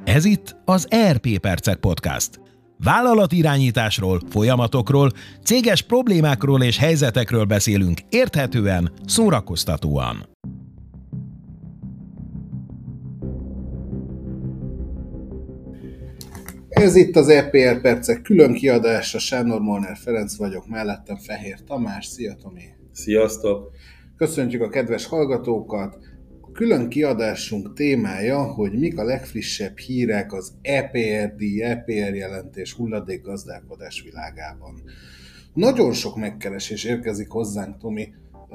Ez itt az ERP Percek Podcast. Vállalatirányításról, folyamatokról, céges problémákról és helyzetekről beszélünk érthetően, szórakoztatóan. Ez itt az ERP Percek külön kiadása, Sándor Molnár Ferenc vagyok, mellettem Fehér Tamás. Szia Tomi! Sziasztok! Köszöntjük a kedves hallgatókat! A külön kiadásunk témája, hogy mik a legfrissebb hírek az EPRD, EPR jelentés hulladékgazdálkodás világában. Nagyon sok megkeresés érkezik hozzánk, Tomi,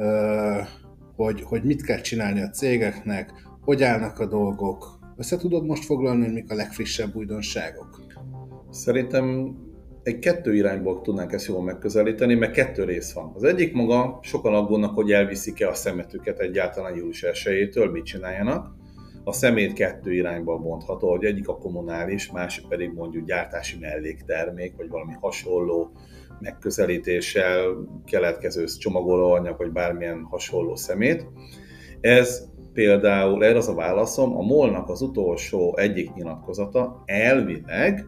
hogy mit kell csinálni a cégeknek, hogy állnak a dolgok. Össze tudod most foglalni, hogy mik a legfrissebb újdonságok? Szerintem egy kettő irányból tudnánk ezt jól megközelíteni, mert kettő rész van. Az egyik maga, sokan aggódnak, hogy elviszik-e a szemetüket egyáltalán július 1-től, mit csináljanak. A szemét kettő irányba bontható, hogy egyik a kommunális, másik pedig mondjuk gyártási melléktermék, vagy valami hasonló megközelítéssel keletkező csomagolóanyag, vagy bármilyen hasonló szemét. Ez például, erre az a válaszom, a MOL-nak az utolsó egyik nyilatkozata elvileg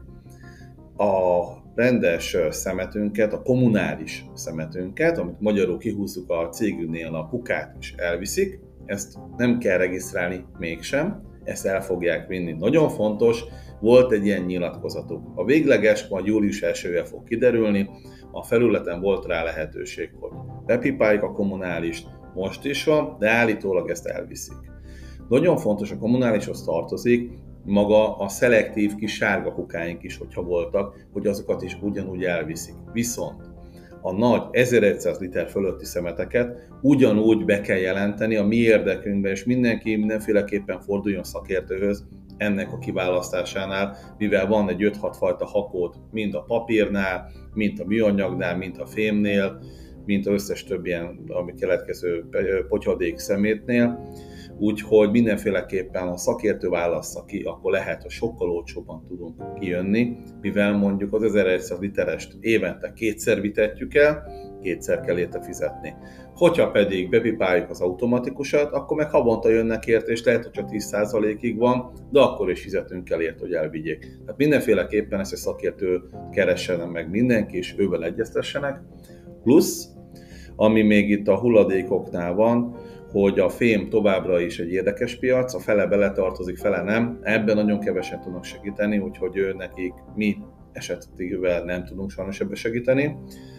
a rendes szemetünket, a kommunális szemetünket, amit magyarul kihúzzuk a cégünknél, a kukát is elviszik, ezt nem kell regisztrálni mégsem, ezt el fogják vinni. Nagyon fontos, volt egy ilyen nyilatkozatuk. A végleges majd július 1-ével fog kiderülni, a felületen volt rá lehetőség, hogy bepipáljuk a kommunálist, most is van, de állítólag ezt elviszik. Nagyon fontos, a kommunálishoz tartozik maga a szelektív kis sárga kukáink is, hogyha voltak, hogy azokat is ugyanúgy elviszik. Viszont a nagy 1100 liter fölötti szemeteket ugyanúgy be kell jelenteni a mi érdekünkben, és mindenki mindenféleképpen forduljon szakértőhöz ennek a kiválasztásánál, mivel van egy 5-6 fajta hakód, mind a papírnál, mind a műanyagnál, mind a fémnél, mint az összes több ilyen, ami keletkező potyadék szemétnél. Úgyhogy mindenféleképpen a szakértő válassza ki, akkor lehet, hogy sokkal olcsóbban tudunk kijönni, mivel mondjuk az 1100 literest évente kétszer vitetjük el, kétszer kell érte fizetni. Hogyha pedig bepipáljuk az automatikusat, akkor meg havonta jönnek érte, és lehet, hogy csak 10%-ig van, de akkor is fizetünk el érte, hogy elvigyék. Tehát mindenféleképpen ezt a szakértő keressenek meg mindenki, és ővel egyeztessenek. Plusz, ami még itt a hulladékoknál van, hogy a fém továbbra is egy érdekes piac, a fele beletartozik, fele nem. Ebben nagyon kevesen tudnak segíteni, úgyhogy nekik mi esetében nem tudunk sajnos ebbe segíteni.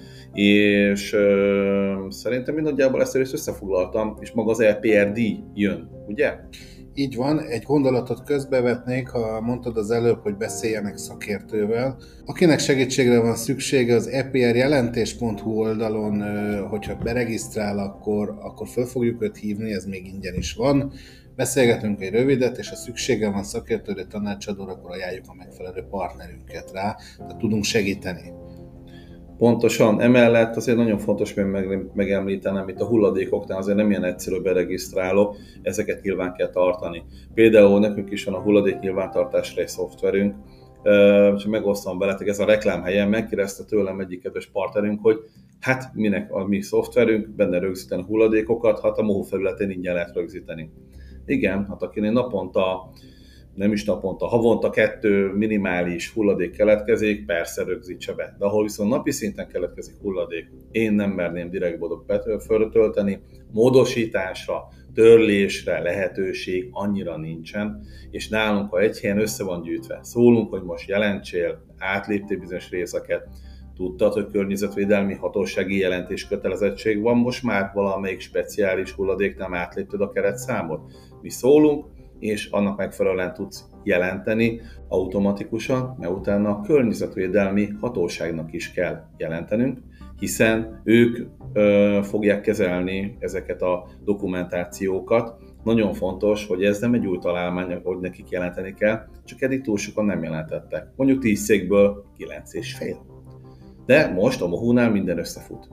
És szerintem én nagyjából ezt összefoglaltam, és maga az EPRD jön, ugye? Így van, egy gondolatot közbevetnék, ha mondtad az előbb, hogy beszéljenek szakértővel. Akinek segítségre van szüksége, az eprjelentés.hu oldalon, hogyha beregisztrál, akkor föl fogjuk őt hívni, ez még ingyen is van. Beszélgetünk egy rövidet, és ha szüksége van szakértőre, tanácsadóra, akkor ajánljuk a megfelelő partnerünket rá, tehát tudunk segíteni. Pontosan, emellett azért nagyon fontos megemlítenem, itt a hulladékoknál azért nem ilyen egyszerű beregisztráló, ezeket nyilván kell tartani. Például nekünk is van a hulladék nyilvántartásra egy szoftverünk, és megosztom veletek, ez a reklámhelyen megkérdezte tőlem egyik kedves partnerünk, hogy hát minek a mi szoftverünk, benne rögzíteni a hulladékokat, hát a MOHU felületén ingyen lehet rögzíteni. Igen, hát akinek naponta, nem is naponta, havonta 2 minimális hulladék keletkezik, persze rögzítse be. De ahol viszont napi szinten keletkezik hulladék, én nem merném direktbodot föltölteni, módosításra, törlésre lehetőség annyira nincsen, és nálunk, ha egy helyen össze van gyűjtve, szólunk, hogy most jelentsél, átléptél bizonyos részeket, tudtad, hogy környezetvédelmi hatósági jelentés kötelezettség van, most már valamelyik speciális hulladék nem átlépted a keretszámot. Mi szólunk, és annak megfelelően tudsz jelenteni automatikusan, mert utána a környezetvédelmi hatóságnak is kell jelentenünk, hiszen ők fogják kezelni ezeket a dokumentációkat. Nagyon fontos, hogy ez nem egy új találmány, hogy nekik jelenteni kell, csak eddig túl sokan nem jelentettek. Mondjuk 10 cégből 9,5. De most a MOHU-nál minden összefut.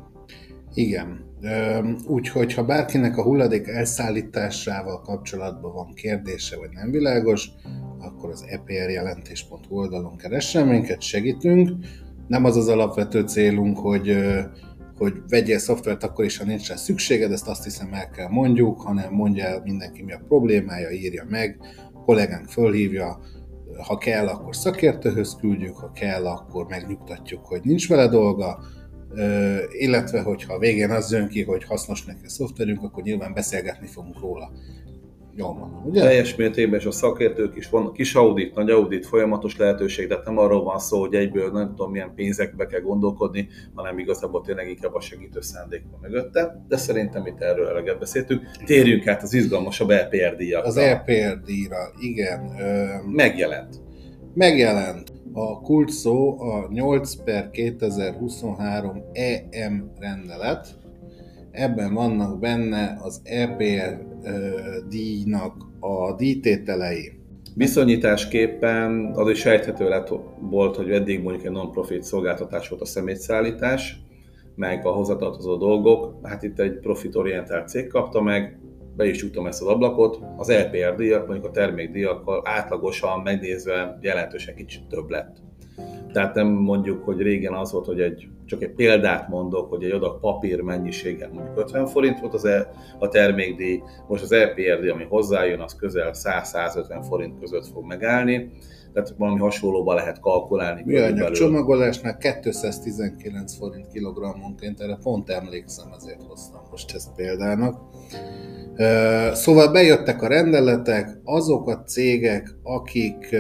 Igen. Úgyhogy, ha bárkinek a hulladék elszállításával kapcsolatban van kérdése, vagy nem világos, akkor az eprjelentés.hu oldalon keressen minket, segítünk. Nem az az alapvető célunk, hogy vegyél szoftvert akkor is, ha nincs rá szükséged, ezt azt hiszem el kell mondjuk, hanem mondja el mindenki mi a problémája, írja meg, kollégánk fölhívja, ha kell, akkor szakértőhöz küldjük, ha kell, akkor megnyugtatjuk, hogy nincs vele dolga, illetve hogyha a végén az jön ki, hogy hasznos neki a szoftverünk, akkor nyilván beszélgetni fogunk róla. Jól mondom, ugye? Teljes mértékben, és a szakértők is vannak, kis audit, nagy audit, folyamatos lehetőség, de nem arról van szó, hogy egyből nem tudom milyen pénzekbe kell gondolkodni, hanem igazából tényleg inkább a segítő szándék van mögötte, de szerintem itt erről eleget beszéltünk. Térjünk át az izgalmasabb EPR díjakra. Az EPR díjra, igen. Megjelent. A kulcs szó a 8/2023 EM rendelet. Ebben vannak benne az EPR díjnak a díjtételei. Viszonyításképpen az is sejthető volt, hogy eddig mondjuk egy non-profit szolgáltatás volt a szemétszállítás, meg a hozzátartozó dolgok. Hát itt egy profitorientált cég kapta meg, be is csuktam ezt az ablakot. Az EPR díjak, mondjuk a termékdíjakkal átlagosan megnézve jelentősen kicsit több lett. Tehát nem mondjuk, hogy régen az volt, hogy csak egy példát mondok, hogy egy adag papír mennyiségen mondjuk 50 forint volt a termékdíj, most az EPR díj, ami hozzájön, az közel 100-150 forint között fog megállni, tehát valami hasonlóban lehet kalkulálni. Műanyag csomagolásnál 219 forint kilogrammonként, erre pont emlékszem, azért hoztam most ezt példának. Szóval bejöttek a rendeletek, azok a cégek, akik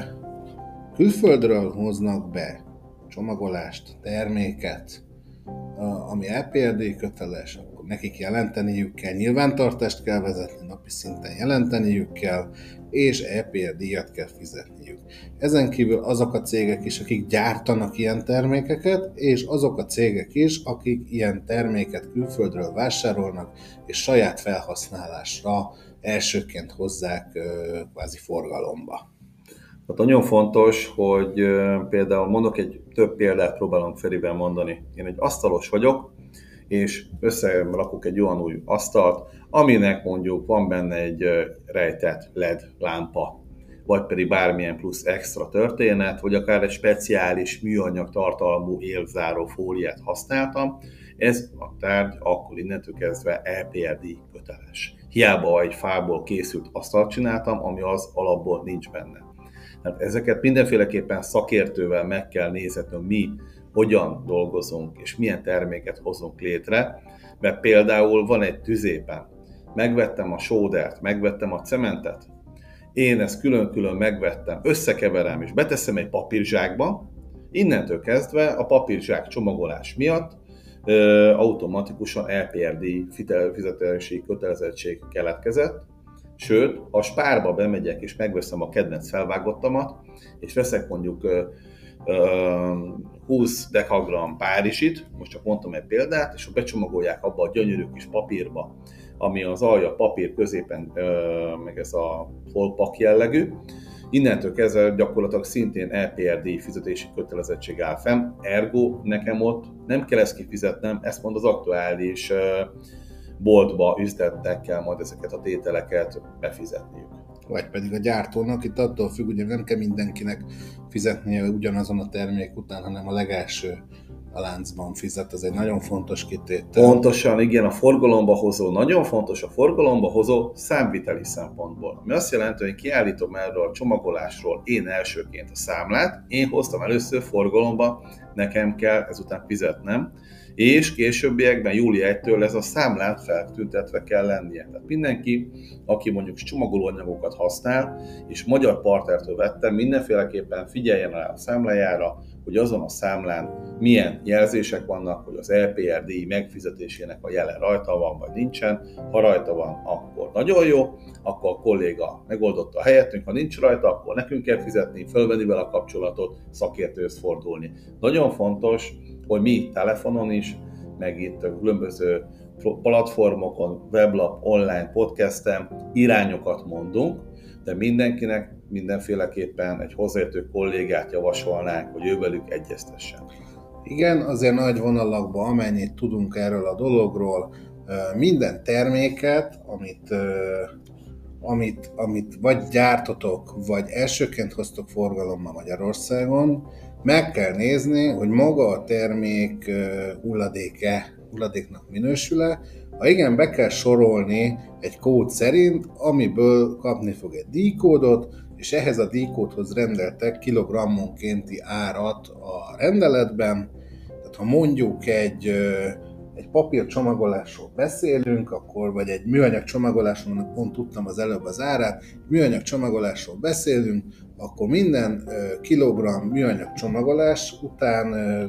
külföldről hoznak be csomagolást, terméket, ami EPR köteles, akkor nekik jelenteniük kell, nyilvántartást kell vezetni, napi szinten jelenteniük kell, és EPR díjat kell fizetniük. Ezen kívül azok a cégek is, akik gyártanak ilyen termékeket, és azok a cégek is, akik ilyen terméket külföldről vásárolnak, és saját felhasználásra elsőként hozzák kvázi forgalomba. Hát nagyon fontos, hogy például mondok több példát próbálom Ferivel mondani. Én egy asztalos vagyok, és összerakok egy olyan új asztalt, aminek mondjuk van benne egy rejtett LED lámpa, vagy pedig bármilyen plusz extra történet, vagy akár egy speciális műanyag tartalmú élzáró fóliát használtam. Ez a tárgy akkor innentől kezdve EPR díj köteles. Hiába egy fából készült asztalt csináltam, ami az alapból nincs benne. Hát ezeket mindenféleképpen szakértővel meg kell néznünk, mi hogyan dolgozunk, és milyen terméket hozunk létre, mert például van egy tüzépen, megvettem a sódert, megvettem a cementet, én ezt külön-külön megvettem, összekeverem és beteszem egy papírzsákba, innentől kezdve a papírzsák csomagolás miatt automatikusan EPR díj fizetési kötelezettség keletkezett. Sőt, ha Spárba bemegyek és megveszem a kedvenc felvágottamat, és veszek mondjuk 20 dekagram párizsit, most csak mondtam egy példát, és becsomagolják abba a gyönyörű kis papírba, ami az alja papír középen, meg ez a folpak jellegű, innentől kezdve gyakorlatilag szintén EPR díj fizetési kötelezettség áll fenn, ergo nekem ott nem kell ezt kifizetnem, ezt mond az aktuális boltba, üzletnek kell majd ezeket a tételeket befizetniük. Vagy pedig a gyártónak, itt attól függ, ugye nem kell mindenkinek fizetnie ugyanazon a termék után, hanem a legelső a láncban fizet, ez egy nagyon fontos kitétel. Pontosan, igen, a forgalomba hozó, nagyon fontos a forgalomba hozó számviteli szempontból. Ami azt jelenti, hogy kiállítom erről a csomagolásról én elsőként a számlát, én hoztam először forgalomba, nekem kell ezután fizetnem, és későbbiekben júli 1-től ez a számlán feltüntetve kell lennie. Tehát mindenki, aki mondjuk csomagolóanyagokat használ, és magyar partnertől vettem, mindenféleképpen figyeljen rá a számlájára, hogy azon a számlán milyen jelzések vannak, hogy az EPR díj megfizetésének a jele rajta van, vagy nincsen. Ha rajta van, akkor nagyon jó, akkor a kolléga megoldotta a helyettünk, ha nincs rajta, akkor nekünk kell fizetni, fölvenni vele a kapcsolatot, szakértőhöz fordulni. Nagyon fontos, hogy mi telefonon is, meg itt a különböző platformokon, weblap, online podcasten irányokat mondunk, de mindenkinek mindenféleképpen egy hozzáértő kollégát javasolnánk, hogy ő velük egyeztessen. Igen, azért nagy vonalakban, amennyit tudunk erről a dologról, minden terméket, amit vagy gyártotok, vagy elsőként hoztok forgalomba Magyarországon, meg kell nézni, hogy maga a termék hulladéknak minősül-e. Ha igen, be kell sorolni egy kód szerint, amiből kapni fog egy díjkódot, és ehhez a díjkódhoz rendeltek kilogrammonkénti árat a rendeletben. Tehát ha mondjuk egy papír csomagolásról beszélünk, akkor, vagy egy műanyag csomagolásról, pont tudtam az előbb az árát, műanyag csomagolásról beszélünk, akkor minden kilogramm műanyag csomagolás után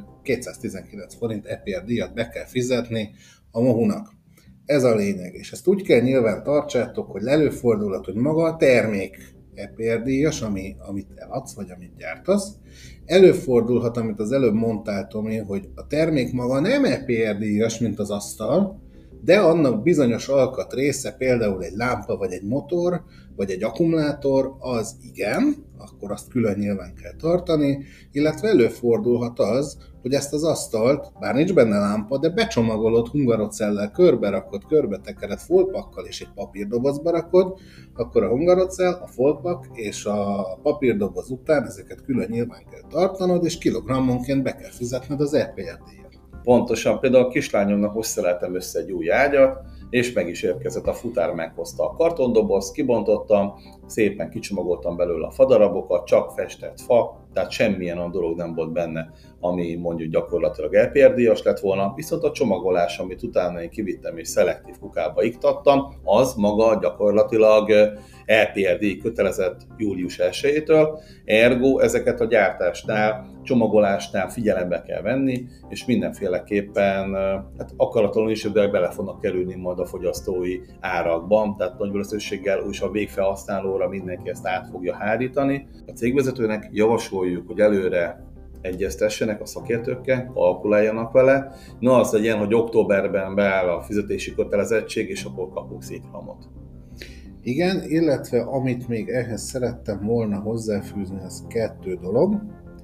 219 forint EPR díjat be kell fizetni a Mohunak. Ez a lényeg, és ezt úgy kell nyilván tartsátok, hogy előfordulhat, hogy maga a termék EPR díjas, amit eladsz, vagy amit gyártasz. Előfordulhat, amit az előbb mondtál, Tomi, hogy a termék maga nem EPR díjas, mint az asztal, de annak bizonyos alkatrésze, például egy lámpa, vagy egy motor, vagy egy akkumulátor, az igen, akkor azt külön nyilván kell tartani, illetve előfordulhat az, hogy ezt az asztalt, bár nincs benne lámpa, de becsomagolod hungarocellel, körbetekered foltpakkal és egy papírdobozba rakod, akkor a hungarocell, a foltpak és a papírdoboz után ezeket külön nyilván kell tartanod, és kilogrammonként be kell fizetned az EPR díjat. Pontosan, például a kislányomnak most szereltem össze egy új ágyat, és meg is érkezett a futár, meghozta a kartondobozt, kibontottam, szépen kicsomagoltam belőle a fadarabokat, csak festett fa, tehát semmilyen olyan dolog nem volt benne, ami mondjuk gyakorlatilag EPR-díjas lett volna, viszont a csomagolás, amit utána én kivittem és szelektív kukába iktattam, az maga gyakorlatilag EPR-díj kötelezett július 1-től, ergo ezeket a gyártásnál, csomagolásnál figyelembe kell venni, és mindenféleképpen akaratlanul is bele fognak kerülni majd a fogyasztói árakban, tehát nagy valószínűséggel és a végfelhasználóra mindenki ezt át fogja hárítani. A cégvezetőnek javasoljuk, hogy előre egyeztessenek a szakértőkkel, kalkuláljanak vele. Na az legyen, hogy októberben beáll a fizetési kötelezettség, és akkor kapunk széthamot. Igen, illetve amit még ehhez szerettem volna hozzáfűzni, az 2 dolog.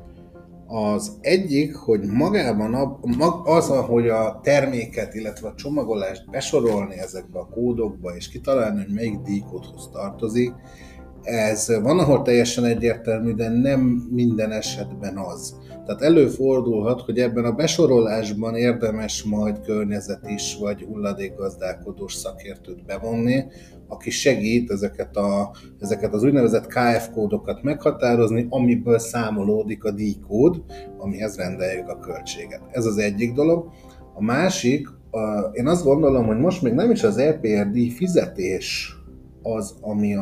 Az egyik, hogy magában az, ahogy a terméket, illetve a csomagolást besorolni ezekbe a kódokba, és kitalálni, hogy melyik díjkódhoz tartozik, ez van, ahol teljesen egyértelmű, de nem minden esetben az. Tehát előfordulhat, hogy ebben a besorolásban érdemes majd környezetis vagy hulladékgazdálkodós szakértőt bevonni, aki segít ezeket az úgynevezett KF-kódokat meghatározni, amiből számolódik a díjkód, amihez rendeljük a költséget. Ez az egyik dolog. A másik, én azt gondolom, hogy most még nem is az EPR díj fizetés az,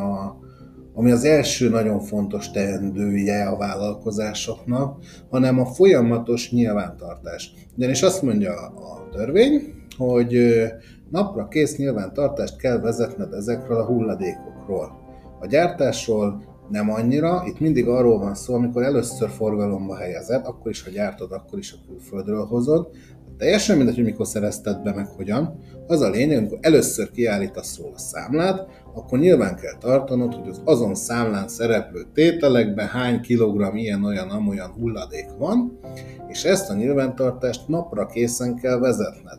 ami az első nagyon fontos teendője a vállalkozásoknak, hanem a folyamatos nyilvántartás. Ugyanis azt mondja a törvény, hogy napra kész nyilvántartást kell vezetned ezekről a hulladékokról. A gyártásról nem annyira, itt mindig arról van szó, amikor először forgalomba helyezed, akkor is, ha gyártod, akkor is a külföldről hozod. Teljesen mindegy, hogy mikor szerezted be, meg hogyan. Az a lényeg, amikor először kiállítasz róla számlát, akkor nyilván kell tartanod, hogy az azon számlán szereplő tételekben hány kilogramm ilyen-olyan-amolyan hulladék van, és ezt a nyilvántartást napra készen kell vezetned.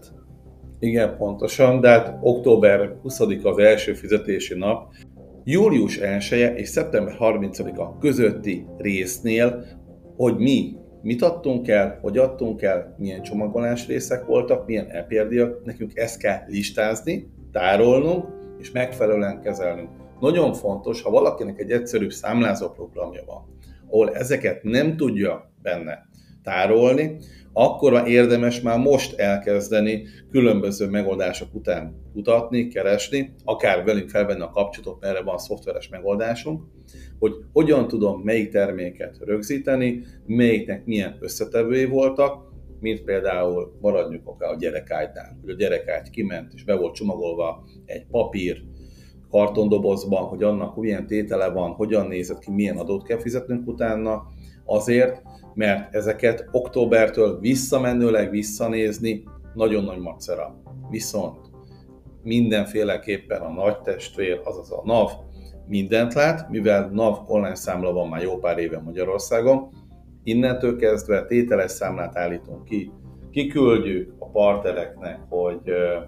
Igen, pontosan, de hát október 20-a az első fizetési nap. Július 1-e és szeptember 30-a közötti résznél, hogy mit adtunk el, hogy adtunk el, milyen csomagolás részek voltak, milyen EPR-díjak, nekünk ezt kell listázni, tárolnunk, és megfelelően kezelnünk. Nagyon fontos, ha valakinek egy egyszerűbb számlázó programja van, ahol ezeket nem tudja benne tárolni, akkor érdemes már most elkezdeni különböző megoldások után kutatni, keresni, akár velünk felvenni a kapcsolatot, mert erre van szoftveres megoldásunk, hogy hogyan tudom melyik terméket rögzíteni, melyiknek milyen összetevői voltak, mint például maradjunk akár a gyerekágynál, hogy a gyerekágy kiment és be volt csomagolva egy papír kartondobozban, hogy annak milyen tétele van, hogyan nézett ki, milyen adót kell fizetnünk utána, azért, mert ezeket októbertől visszamenőleg visszanézni nagyon nagy macera. Viszont mindenféleképpen a nagy testvér, azaz a NAV mindent lát, mivel NAV online számla van már jó pár éve Magyarországon, innentől kezdve tételes számlát állítunk ki, kiküldjük a partnereknek, hogy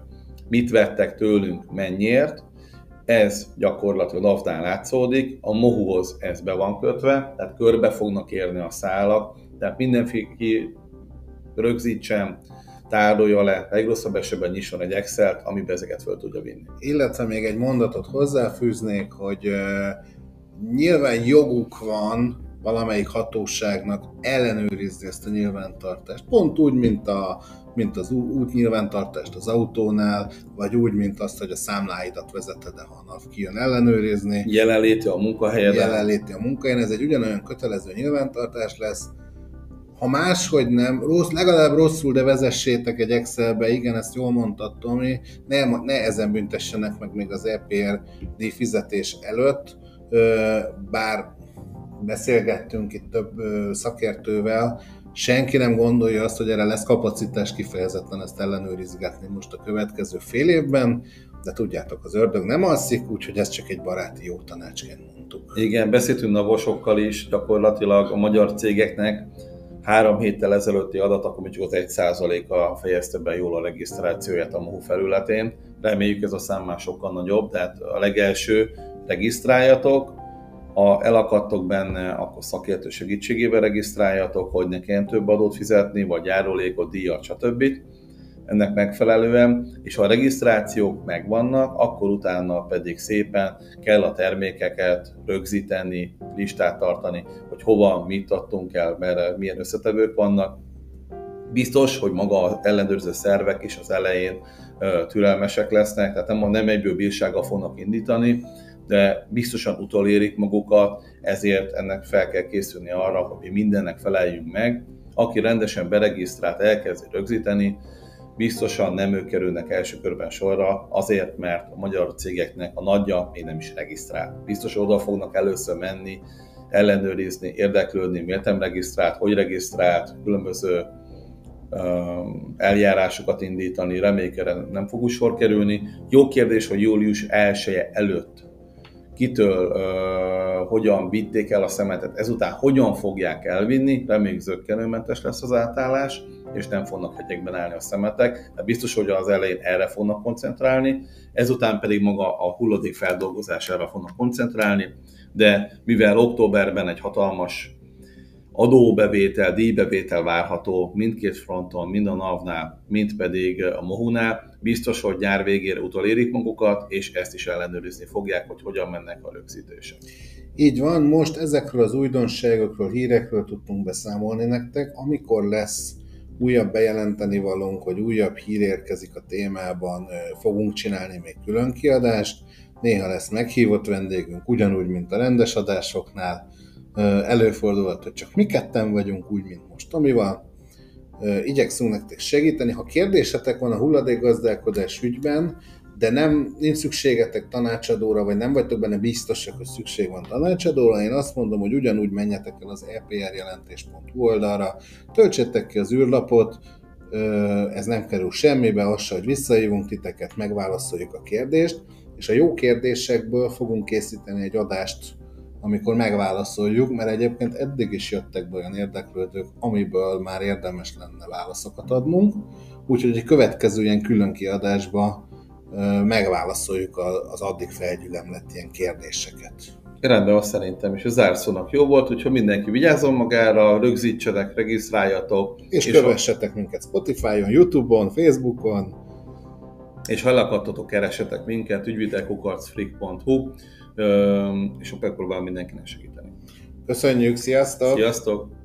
mit vettek tőlünk, mennyiért. Ez gyakorlatilag NAV-nál látszódik, a Mohuhoz ez be van kötve, tehát körbe fognak érni a szálak, tehát mindenki rögzítsen, tárolja le, legrosszabb esetben nyisson egy Excel-t, amiben ezeket fel tudja vinni. Illetve még egy mondatot hozzáfűznék, hogy nyilván joguk van valamelyik hatóságnak ellenőrizni ezt a nyilvántartást. Pont úgy, mint az útnyilvántartást az autónál, vagy úgy, mint azt, hogy a számláidat vezeted-e, ha a NAV kijön ellenőrizni. Jelenléti a munkahelyen. Jelenléti a munkahelyen, ez egy ugyanolyan kötelező nyilvántartás lesz. Ha máshogy nem, legalább rosszul, de vezessétek egy Excelbe, igen, ezt jól mondtad, Tomi, ne ezen büntessenek meg még az EPR-díj fizetés előtt, bár beszélgettünk itt több szakértővel, senki nem gondolja azt, hogy erre lesz kapacitás kifejezetten ezt ellenőrizgetni most a következő fél évben, de tudjátok, az ördög nem alszik, úgyhogy ez csak egy baráti jó tanácsként mondtuk. Igen, beszéltünk navosokkal is, gyakorlatilag a magyar cégeknek 3 héttel ezelőtti adat, akkor csak az 1%-a fejezte be jól a regisztrációját a MOHU felületén. Reméljük ez a szám már sokkal nagyobb, tehát a legelső regisztráljatok, ha elakadtok benne, akkor szakértő segítségével regisztráljatok, hogy ne kelljen több adót fizetni, vagy járulékot, díjat, stb. Ennek megfelelően, és ha a regisztrációk megvannak, akkor utána pedig szépen kell a termékeket rögzíteni, listát tartani, hogy hova, mit adtunk el, merre, milyen összetevők vannak. Biztos, hogy maga az ellenőrző szervek is az elején türelmesek lesznek, tehát nem egyből bírsággal fognak indítani, de biztosan utolérik magukat, ezért ennek fel kell készülni arra, hogy mindennek feleljünk meg. Aki rendesen beregisztrált, elkezdi rögzíteni, biztosan nem ők kerülnek első körben sorra, azért, mert a magyar cégeknek a nagyja még nem is regisztrált. Biztos oda fognak először menni, ellenőrizni, érdeklődni, miért nem regisztrált, hogy regisztrált, különböző eljárásokat indítani, reméljük erre nem fog sor kerülni. Jó kérdés, hogy július 1-e előtt kitől hogyan vitték el a szemetet, ezután hogyan fogják elvinni, reméljük zökkenőmentes lesz az átállás, és nem fognak hegyekben állni a szemetek, de biztos, hogy az elején erre fognak koncentrálni, ezután pedig maga a hulladék feldolgozására fognak koncentrálni, de mivel októberben egy hatalmas adóbevétel, díjbevétel várható mindkét fronton, mind a NAV-nál, mind pedig a MOHU-nál, biztos, hogy nyár végére utolérik magukat, és ezt is ellenőrizni fogják, hogy hogyan mennek a rögzítések. Így van, most ezekről az újdonságokról, hírekről tudtunk beszámolni nektek, amikor lesz újabb bejelenteni valónk, hogy újabb hír érkezik a témában, fogunk csinálni még külön kiadást, néha lesz meghívott vendégünk, ugyanúgy, mint a rendes adásoknál, előfordulhat, hogy csak mi ketten vagyunk, úgy, mint most Tomival. Igyekszünk nektek segíteni. Ha kérdésetek van a hulladékgazdálkodás ügyben, de nincs szükségetek tanácsadóra, vagy nem vagytok benne biztosak, hogy szükség van tanácsadóra, én azt mondom, hogy ugyanúgy menjetek el az eprjelentés.hu oldalra, töltsétek ki az űrlapot, ez nem kerül semmibe, az se, hogy visszahívunk titeket, megválaszoljuk a kérdést, és a jó kérdésekből fogunk készíteni egy adást, amikor megválaszoljuk, mert egyébként eddig is jöttek be olyan érdeklődők, amiből már érdemes lenne válaszokat adnunk, úgyhogy egy következő ilyen külön kiadásba megválaszoljuk az addig felgyülemlett ilyen kérdéseket. Rendben van szerintem, és a zárszónak jó volt, úgyhogy mindenki vigyázzon magára, rögzítsetek, regisztráljatok. És kövessetek minket Spotify-on, YouTube-on, Facebook-on. És ha el akartatok, keressetek minket, ügyvidelkukarcfreak.hu, és megpróbál mindenkinek segíteni. Köszönjük, sziasztok! Sziasztok!